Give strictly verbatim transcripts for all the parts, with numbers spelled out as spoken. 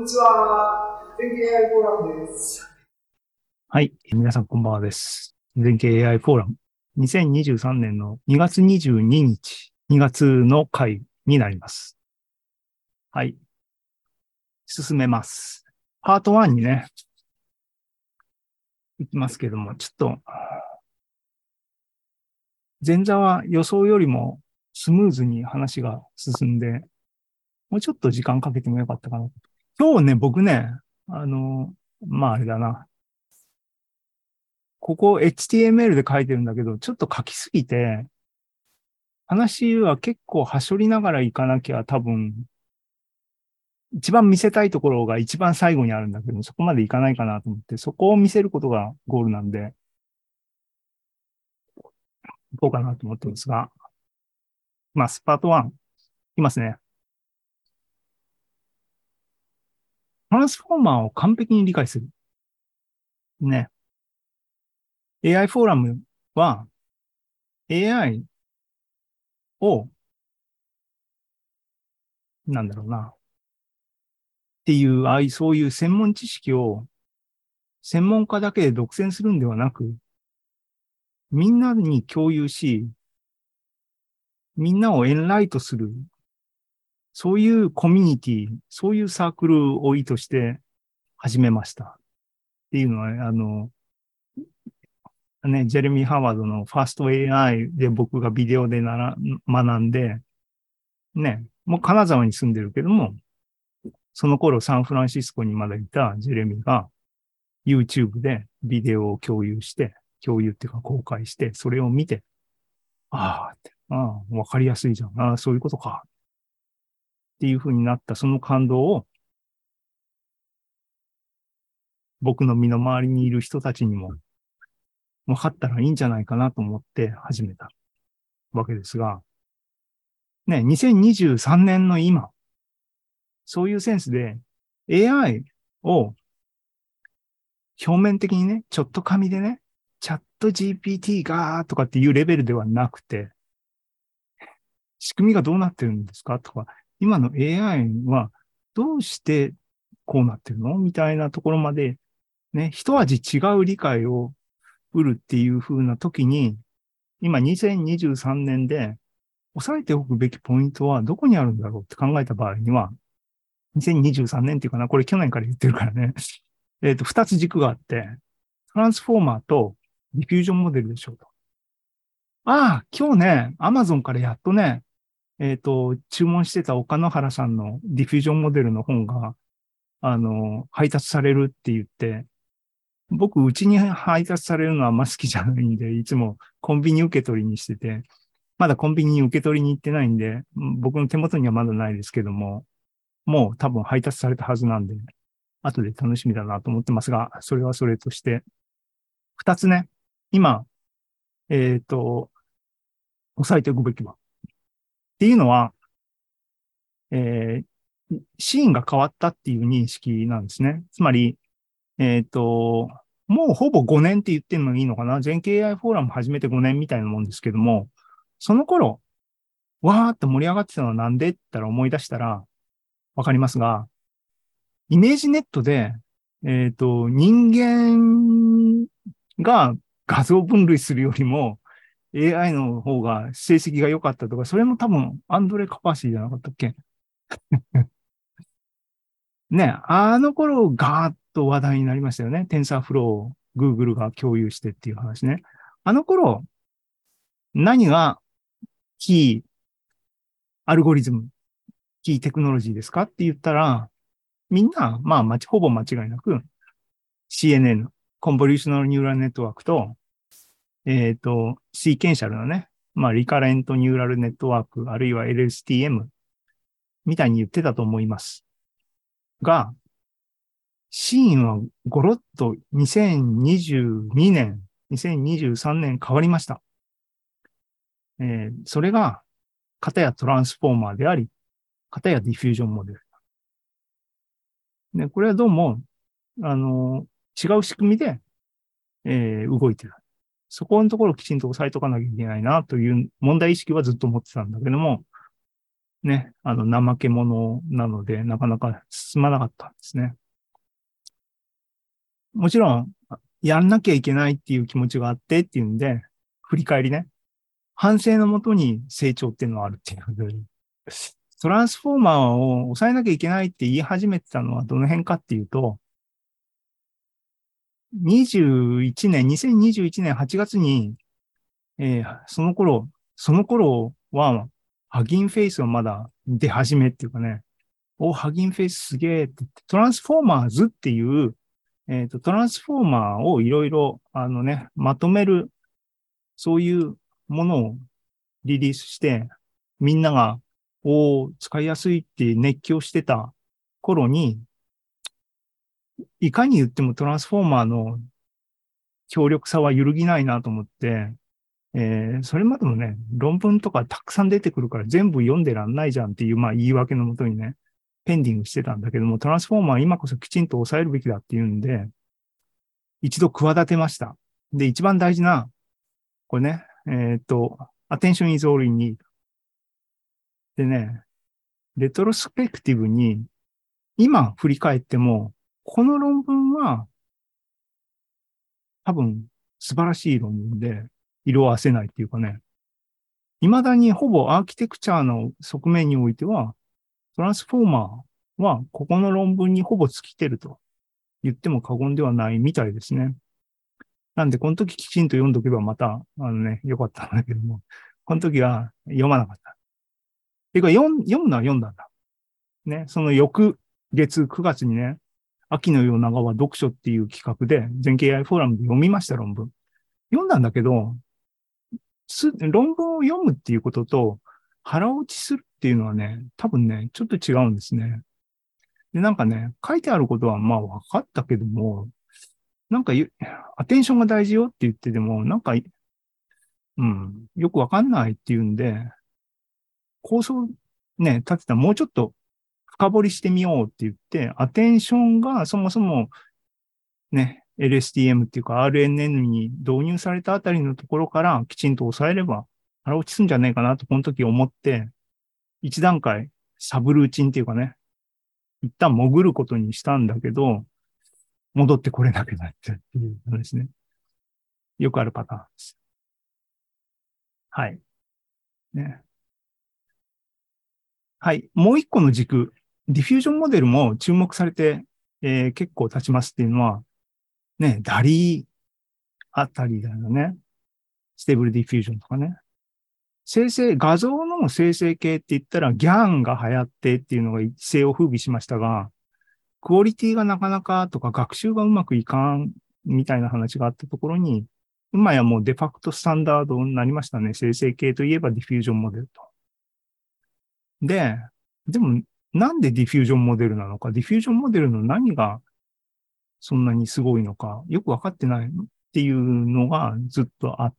にちは。全景 エーアイ フォーラムです。 はい。皆さんこんばんはです。全景 エーアイ フォーラム。にせんにじゅうさんねんのにがつにじゅうににち、にがつの回になります。はい。進めます。パートワンにね、行きますけども、ちょっと、前座は予想よりもスムーズに話が進んで、もうちょっと時間かけてもよかったかな。今日ね、僕ね、あの、まああれだな。ここ エイチティーエムエル で書いてるんだけど、ちょっと書きすぎて、話は結構はしょりながら行かなきゃ多分、一番見せたいところが一番最後にあるんだけど、そこまでいかないかなと思って、そこを見せることがゴールなんで、行こうかなと思ってますが、まあ、スパートワン、いきますね。トランスフォーマーを完璧に理解する。ね。エーアイ フォーラムは エーアイ を、なんだろうな、っていう、ああいう、そういう専門知識を専門家だけで独占するんではなく、みんなに共有し、みんなをエンライトする、そういうコミュニティ、そういうサークルを意図して始めました。っていうのは、あの、ね、ジェレミー・ハワードのファースト エーアイ で僕がビデオでなら学んで、ね、もう金沢に住んでるけども、その頃サンフランシスコにまだいたジェレミーが YouTube でビデオを共有して、共有っていうか公開して、それを見て、ああ、ああ、わかりやすいじゃん。ああ、そういうことか。っていう風になったその感動を僕の身の回りにいる人たちにも分かったらいいんじゃないかなと思って始めたわけですが、ね、にせんにじゅうさんねんの今、そういうセンスで エーアイ を表面的にね、ちょっと紙でね、チャット ジーピーティー がとかっていうレベルではなくて、仕組みがどうなってるんですかとか、今の エーアイ はどうしてこうなってるのみたいなところまで、ね、一味違う理解を得るっていう風な時に、今にせんにじゅうさんねんで押さえておくべきポイントはどこにあるんだろうって考えた場合には、にせんにじゅうさんねんっていうかな、これ去年から言ってるからね。えっと、二つ軸があって、トランスフォーマーとディフュージョンモデルでしょうと。ああ、今日ね、アマゾンからやっとね、えっと、注文してた岡野原さんのディフュージョンモデルの本が、あの、配達されるって言って、僕、うちに配達されるのはあんま好きじゃないんで、いつもコンビニ受け取りにしてて、まだコンビニに受け取りに行ってないんで、僕の手元にはまだないですけども、もう多分配達されたはずなんで、後で楽しみだなと思ってますが、それはそれとして、二つね、今、えっ、と、押さえておくべきは。っていうのは、えーシーンが変わったっていう認識なんですね。つまり、えっ、と、もうほぼごねんって言ってもいいのかな。全景 エーアイ フォーラム始めてごねんみたいなもんですけども、その頃、わーって盛り上がってたのはなんでって言ったら思い出したら、わかりますが、イメージネットで、えっ、と、人間が画像分類するよりも エーアイ の方が成績が良かったとか、それも多分アンドレ・カパーシーじゃなかったっけ？ね、あの頃ガーッと話題になりましたよね。テンサーフローを Google が共有してっていう話ね。あの頃、何がキーアルゴリズム、キーテクノロジーですかって言ったら、みんな、まあ、ほぼ間違いなく シーエヌエヌ、コンボリューショナルニューラルネットワークと、えっ、と、シーケンシャルなね、まあ、リカレントニューラルネットワーク、あるいは エルエスティーエム みたいに言ってたと思います。が、シーンはゴロッとにせんにじゅうにねん、にせんにじゅうさんねん変わりました。えー、それが、片やトランスフォーマーであり、片やディフュージョンモデル。ね、これはどうも、あのー、違う仕組みで、えー、動いてる。そこのところをきちんと押さえとかなきゃいけないなという問題意識はずっと持ってたんだけども、 ね、あの、怠け者なので、なかなか進まなかったんですね。もちろん、やんなきゃいけないっていう気持ちがあってっていうんで、振り返りね、反省のもとに成長っていうのはあるっていうことで、トランスフォーマーを抑えなきゃいけないって言い始めてたのはどの辺かっていうと、にじゅういちねん、にせんにじゅういちねんはちがつに、えーその頃、その頃は、ハギンフェイスがまだ出始めっていうかね、お、ハギンフェイスすげえって言って、トランスフォーマーズっていう、えっと、トランスフォーマーをいろいろ、あのね、まとめる、そういうものをリリースして、みんなが、おー、使いやすいって熱狂してた頃に、いかに言ってもトランスフォーマーの強力さは揺るぎないなと思って、えーそれまでもね、論文とかたくさん出てくるから全部読んでらんないじゃんっていう、まあ言い訳のもとにね、ペンディングしてたんだけども、トランスフォーマーは今こそきちんと抑えるべきだっていうんで、一度企てました。で、一番大事な、これね、えーっと、attention is all in need。でね、レトロスペクティブに、今振り返っても、この論文は多分素晴らしい論文で、色褪せないっていうかね、未だにほぼアーキテクチャの側面においては、トランスフォーマーはここの論文にほぼ尽きてると言っても過言ではないみたいですね。なんで、この時きちんと読んどけばまた、あのね、よかったんだけども、この時は読まなかった。ていうか、読読むのは読んだんだ。ね、その翌月くがつにね、秋の夜長は読書っていう企画で、全経 エーアイ フォーラムで読みました、論文。読んだんだけど、論文を読むっていうことと、腹落ちするっていうのはね、多分ね、ちょっと違うんですね。で、なんかね、書いてあることはまあ分かったけども、なんかアテンションが大事よって言ってでも、なんか、うん、よくわかんないっていうんで、構想ね、立てたらもうちょっと深掘りしてみようって言って、アテンションがそもそもね、エルエスティーエム っていうか アールエヌエヌ に導入されたあたりのところからきちんと抑えれば腹落ちすんじゃないかなとこの時思って、一段階サブルーチンっていうかね、一旦潜ることにしたんだけど、戻ってこれなくなっちゃうっていうのですね。よくあるパターンです。はい。ね。はい。もう一個の軸、ディフュージョンモデルも注目されて、えー結構経ちますっていうのは、ね、ダリーあたりだよね。ステーブルディフュージョンとかね。生成、画像の生成系って言ったらギャンが流行ってっていうのが一世を風靡しましたが、クオリティがなかなかとか学習がうまくいかんみたいな話があったところに、今やもうデファクトスタンダードになりましたね。生成系といえばディフュージョンモデルと。で、でもなんでディフュージョンモデルなのか、ディフュージョンモデルの何がそんなにすごいのか、よくわかってないっていうのがずっとあって、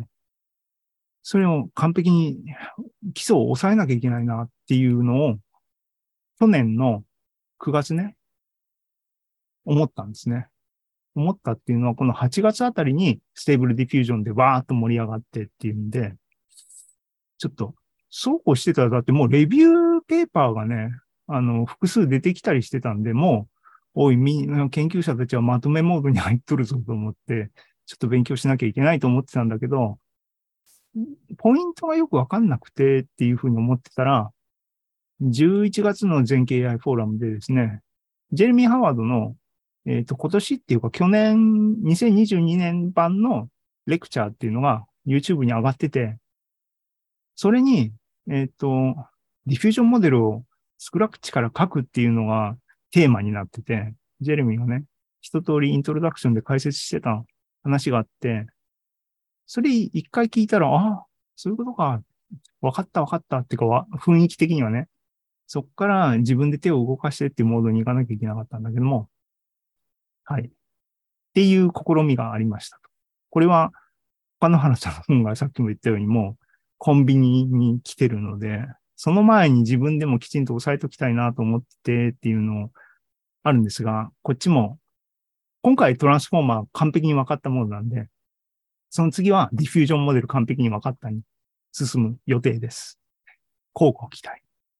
それを完璧に基礎を抑えなきゃいけないなっていうのを、去年のくがつね、思ったんですね。思ったっていうのは、このはちがつあたりにステーブルディフュージョンでわーっと盛り上がってっていうんで、ちょっと、そうこうしてたら、だってもうレビューペーパーがね、あの、複数出てきたりしてたんで、もう、おい、みんな、研究者たちはまとめモードに入っとるぞと思って、ちょっと勉強しなきゃいけないと思ってたんだけど、ポイントがよくわかんなくてっていうふうに思ってたら、じゅういちがつの全経 エーアイ フォーラムでですね、ジェレミー・ハワードの、えっと、今年っていうか去年、にせんにじゅうにねん版のレクチャーっていうのが YouTube に上がってて、それに、えっと、ディフュージョンモデルをスクラッチから書くっていうのがテーマになってて、ジェレミーがね、一通りイントロダクションで解説してた話があって、それ一回聞いたら、ああ、そういうことか、わかったわかったっていうか、雰囲気的にはね、そこから自分で手を動かしてっていうモードに行かなきゃいけなかったんだけども、はい。っていう試みがありましたと。これは、他の原さんの本がさっきも言ったようにもう、コンビニに来てるので、その前に自分でもきちんと押さえときたいなと思ってっていうのあるんですが、こっちも、今回トランスフォーマー完璧に分かったものなんで、その次はディフュージョンモデル完璧に分かったに進む予定です。乞うご期待。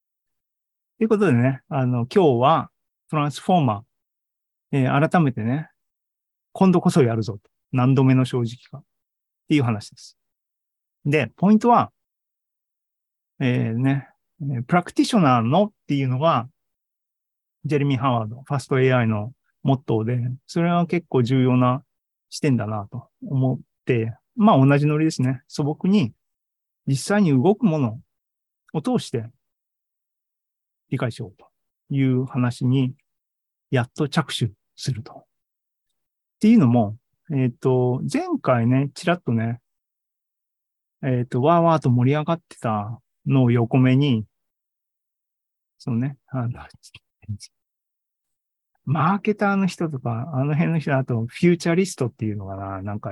ということでね、あの、今日はトランスフォーマー、えー改めてね、今度こそやるぞと。何度目の正直かっていう話です。で、ポイントは、えーね、えープラクティショナーのっていうのが、ジェレミー・ハワード、ファスト エーアイ のモットーで、それは結構重要な視点だなと思って、まあ同じノリですね。素朴に実際に動くものを通して理解しようという話にやっと着手すると。っていうのも、えっ、と、前回ね、ちらっとね、えっ、と、わーわーと盛り上がってたのを横目に、そのね、あの、マーケターの人とか、あの辺の人、あと、フューチャリストっていうのかな、なんか、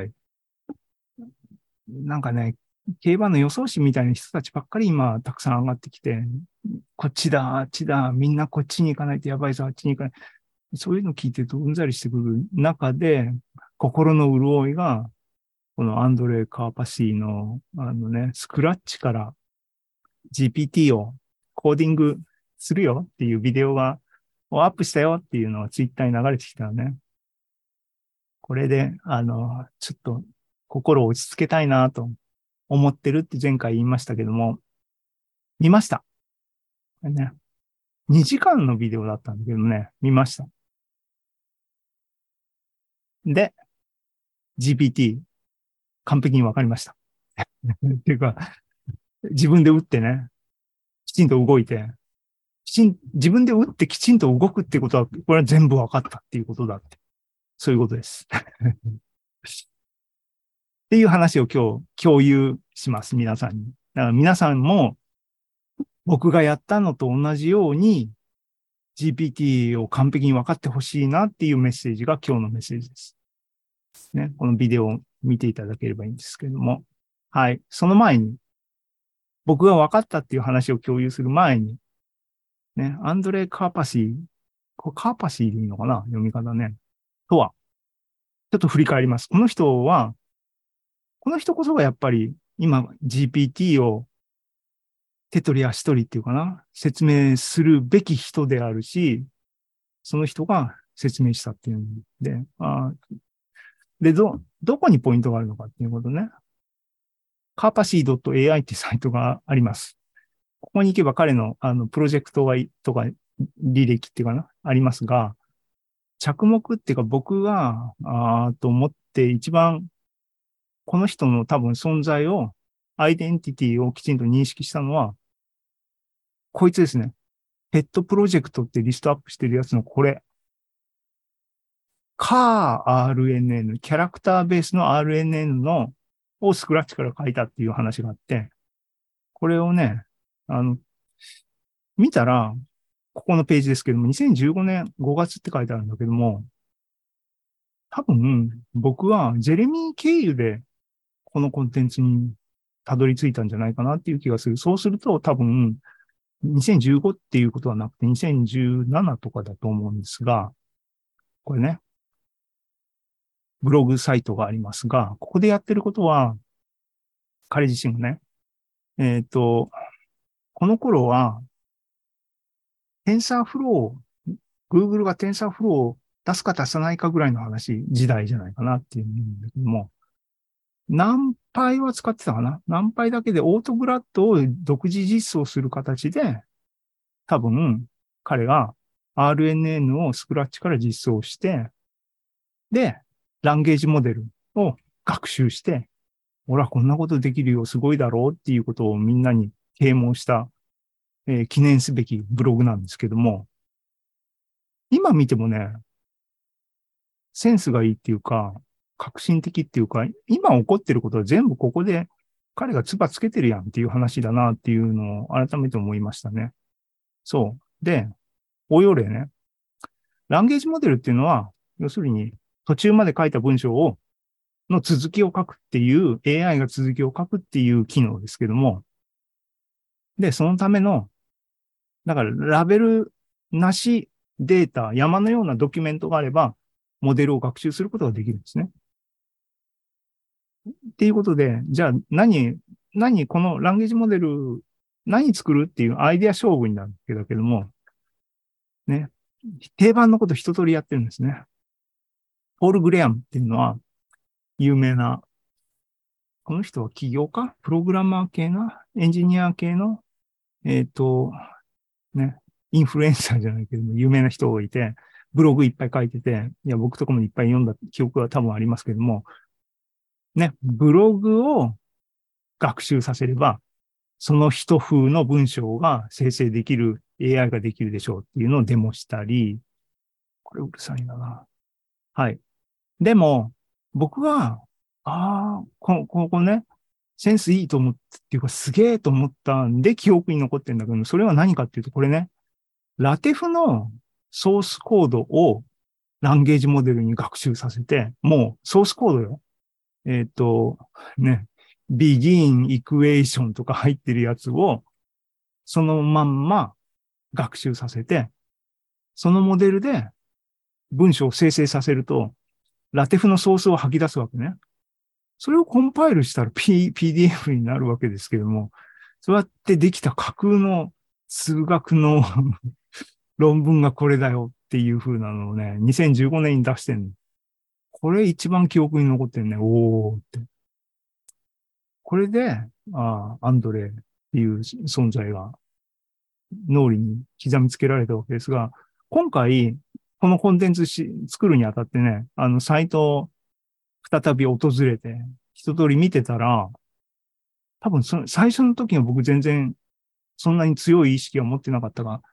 なんかね、競馬の予想士みたいな人たちばっかり今たくさん上がってきて、こっちだ、あっちだ、みんなこっちに行かないとやばいぞ、あっちに行かない。そういうの聞いてるとうんざりしてくる中で、心の潤いが、このアンドレ・カーパシーの、あのね、スクラッチから ジーピーティー をコーディングするよっていうビデオが、をアップしたよっていうのがツイッターに流れてきたのね。これで、あの、ちょっと心を落ち着けたいなと思ってるって前回言いましたけども、見ました。ね、にじかんのビデオだったんだけどね、見ました。で、ジーピーティー 完璧にわかりました。っていうか、自分で打ってね、きちんと動いて、きちん、自分で打ってきちんと動くっていうことは、これは全部分かったっていうことだって。そういうことです。っていう話を今日共有します、皆さんに。だから皆さんも僕がやったのと同じように ジーピーティー を完璧に分かってほしいなっていうメッセージが今日のメッセージです。ね、このビデオを見ていただければいいんですけれども。はい。その前に、僕が分かったっていう話を共有する前に、ね、アンドレ・カーパシー、これカーパシーでいいのかな読み方ね。とは、ちょっと振り返ります。この人は、この人こそがやっぱり今 ジーピーティー を手取り足取りっていうかな、説明するべき人であるし、その人が説明したっていうんで、あで、ど、どこにポイントがあるのかっていうことね。カーパシー ドットエーアイ っていうサイトがあります。ここに行けば彼のあのプロジェクトがとか履歴っていうかな、ありますが、着目っていうか僕が、あーと思って一番この人の多分存在を、アイデンティティをきちんと認識したのは、こいつですね。ペットプロジェクトってリストアップしてるやつのこれ。カー アールエヌエヌ、キャラクターベースの アールエヌエヌ の、をスクラッチから書いたっていう話があって、これをね、あの、見たら、ここのページですけども、にせんじゅうごねんごがつって書いてあるんだけども、多分、僕はジェレミー経由でこのコンテンツにたどり着いたんじゃないかなっていう気がする。そうすると多分、にせんじゅうごっていうことはなくてにせんじゅうななとかだと思うんですが、これね、ブログサイトがありますが、ここでやってることは、彼自身がね、えっと、この頃は、テンサーフロー、Google がテンサーフローを出すか出さないかぐらいの話、時代じゃないかなっていうんだけども、何倍は使ってたかな何倍だけでオートグラッドを独自実装する形で、多分、彼が アールエヌエヌ をスクラッチから実装して、で、ランゲージモデルを学習して、俺はこんなことできるよ、すごいだろうっていうことをみんなに啓蒙した、えー記念すべきブログなんですけども、今見てもね、センスがいいっていうか、革新的っていうか、今起こってることは全部ここで彼が唾つけてるやんっていう話だなっていうのを改めて思いましたね。そう。で、応用例ね。ランゲージモデルっていうのは、要するに途中まで書いた文章を、の続きを書くっていう、エーアイ が続きを書くっていう機能ですけども、で、そのための、だからラベルなしデータ、山のようなドキュメントがあれば、モデルを学習することができるんですね。っていうことで、じゃあ何、何、このランゲージモデル、何作るっていうアイデア勝負になるわけだけども、 ね。定番のこと一通りやってるんですね。ポール・グレアムっていうのは、有名な、この人は起業家プログラマー系なエンジニア系の、えっと、ね、インフルエンサーじゃないけども、有名な人がいて、ブログいっぱい書いてて、いや、僕とかもいっぱい読んだ記憶は多分ありますけども、ね、ブログを学習させれば、その人風の文章が生成できる エーアイ ができるでしょうっていうのをデモしたり、これうるさいな。はい。でも、僕は、ああ、こ、ここね、センスいいと思ってっていうか、すげえと思ったんで記憶に残ってるんだけど、それは何かっていうと、これね、ラテフのソースコードをランゲージモデルに学習させて、もうソースコードよ。えっと、ね、begin equation とか入ってるやつを、そのまんま学習させて、そのモデルで文章を生成させると、ラテフのソースを吐き出すわけね。それをコンパイルしたら、P、ピーディーエフ になるわけですけども、そうやってできた架空の数学の論文がこれだよっていう風なのをね、にせんじゅうごねんに出してんの。これ一番記憶に残ってんね。おーって。これで、ああ、アンドレっていう存在が脳裏に刻みつけられたわけですが、今回、このコンテンツし作るにあたってね、あの、サイトを再び訪れて、一通り見てたら、多分その、最初の時は僕全然そんなに強い意識は持ってなかったが、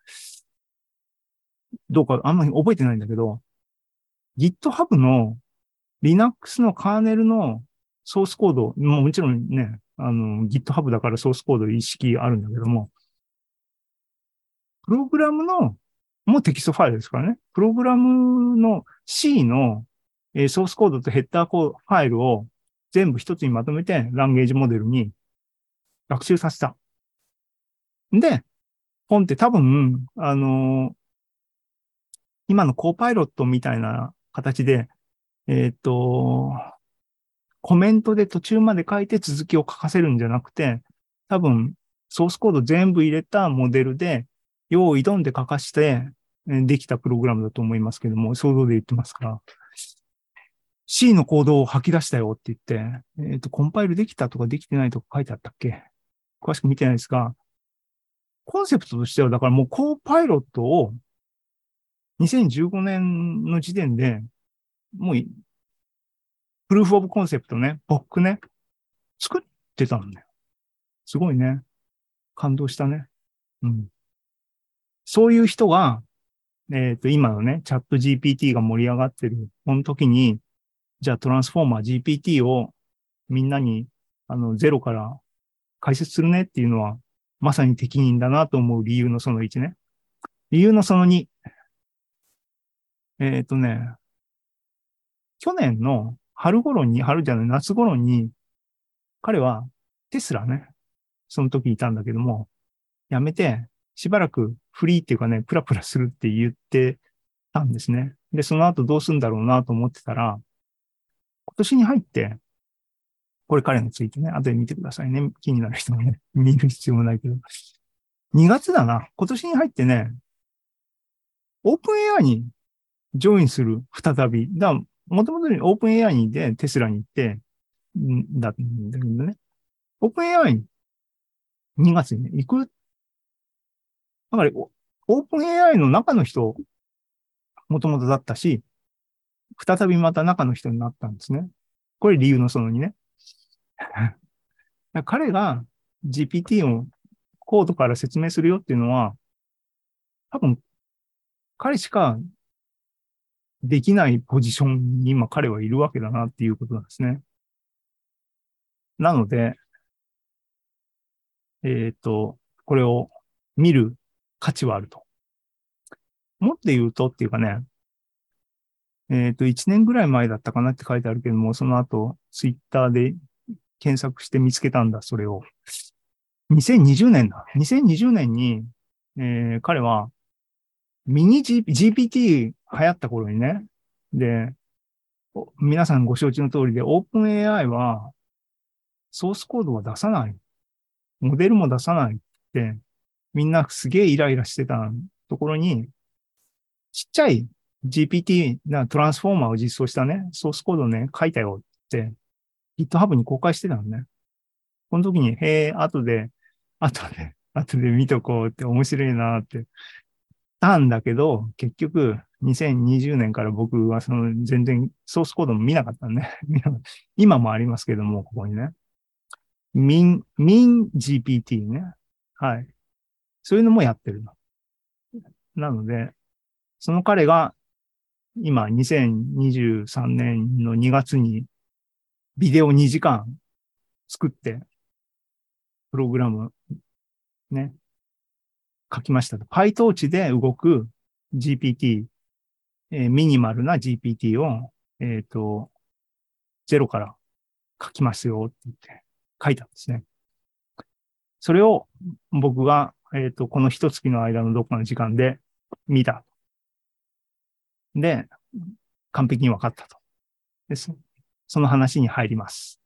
どうかあんまり覚えてないんだけど、GitHub の Linux のカーネルのソースコード、ももちろんね、あの、GitHub だからソースコード意識あるんだけども、プログラムの、もうテキストファイルですからね。プログラムの C の、えーソースコードとヘッダーコードファイルを全部一つにまとめてランゲージモデルに学習させた。で、ポンって多分、あのー今のコーパイロットみたいな形で、えっと、コメントで途中まで書いて続きを書かせるんじゃなくて、多分、ソースコード全部入れたモデルで、用意どんで書かして、できたプログラムだと思いますけども、想像で言ってますから、C のコードを吐き出したよって言って、えっと、コンパイルできたとかできてないとか書いてあったっけ？詳しく見てないですが、コンセプトとしては、だからもうコーパイロットをにせんじゅうごねんの時点で、もうプルーフオブコンセプトね、ポックね、作ってたんだよ。すごいね。感動したね。うん。そういう人が、えっと、今のね、チャット ジーピーティー が盛り上がってる、この時に、じゃあトランスフォーマー ジーピーティー をみんなに、あの、ゼロから解説するねっていうのは、まさに適任だなと思う理由のそのいちね。理由のそのに、えっとね、去年の春頃に、春じゃない、夏頃に、彼はテスラね、その時いたんだけども、辞めて、しばらくフリーっていうかね、プラプラするって言ってたんですね。で、その後どうするんだろうなと思ってたら、今年に入って、これ彼についてね、後で見てくださいね。気になる人もね、見る必要もないけど。にがつだな。今年に入ってね、オープン エーアイ にジョインする、再び。だもともとオープン エーアイ にでテスラに行って、んだんだけどね。オープン エーアイ ににがつにね、行く。だから、オープン エーアイ の中の人、もともとだったし、再びまた中の人になったんですね。これ理由のそのにね。彼が ジーピーティー をコードから説明するよっていうのは、多分彼しかできないポジションに今彼はいるわけだなっていうことなんですね。なので、えっと、これを見る価値はあると。もっと言うとっていうかね、えっと、いちねんぐらい前だったかなって書いてあるけども、その後、ツイッターで検索して見つけたんだ、それを。にせんにじゅうねんだ。にせんにじゅうねんに、えー彼はミニ G- ジーピーティー 流行った頃にね、で、皆さんご承知の通りで、オープン エーアイ はソースコードは出さない。モデルも出さないって、みんなすげえイライラしてたところに、 ちっちゃい ジーピーティー なトランスフォーマーを実装したね、ソースコードをね、書いたよって GitHub に公開してたのね。この時に、へえ、後で、後で、後で見とこうって面白いなってたんだけど、結局、にせんにじゅうねんから僕はその全然ソースコードも見なかったね。今もありますけども、ここにね。min、min-ジーピーティー ね。はい。そういうのもやってるの。なので、その彼が今にせんにじゅうさんねんのにがつにビデオにじかん作って、プログラムね、書きました。PyTorch で動く ジーピーティー、えーミニマルな ジーピーティー を、えっと、ゼロから書きますよって言って書いたんですね。それを僕が、えっと、この一月の間のどっかの時間で見た。で、完璧に分かったと。です。その話に入ります。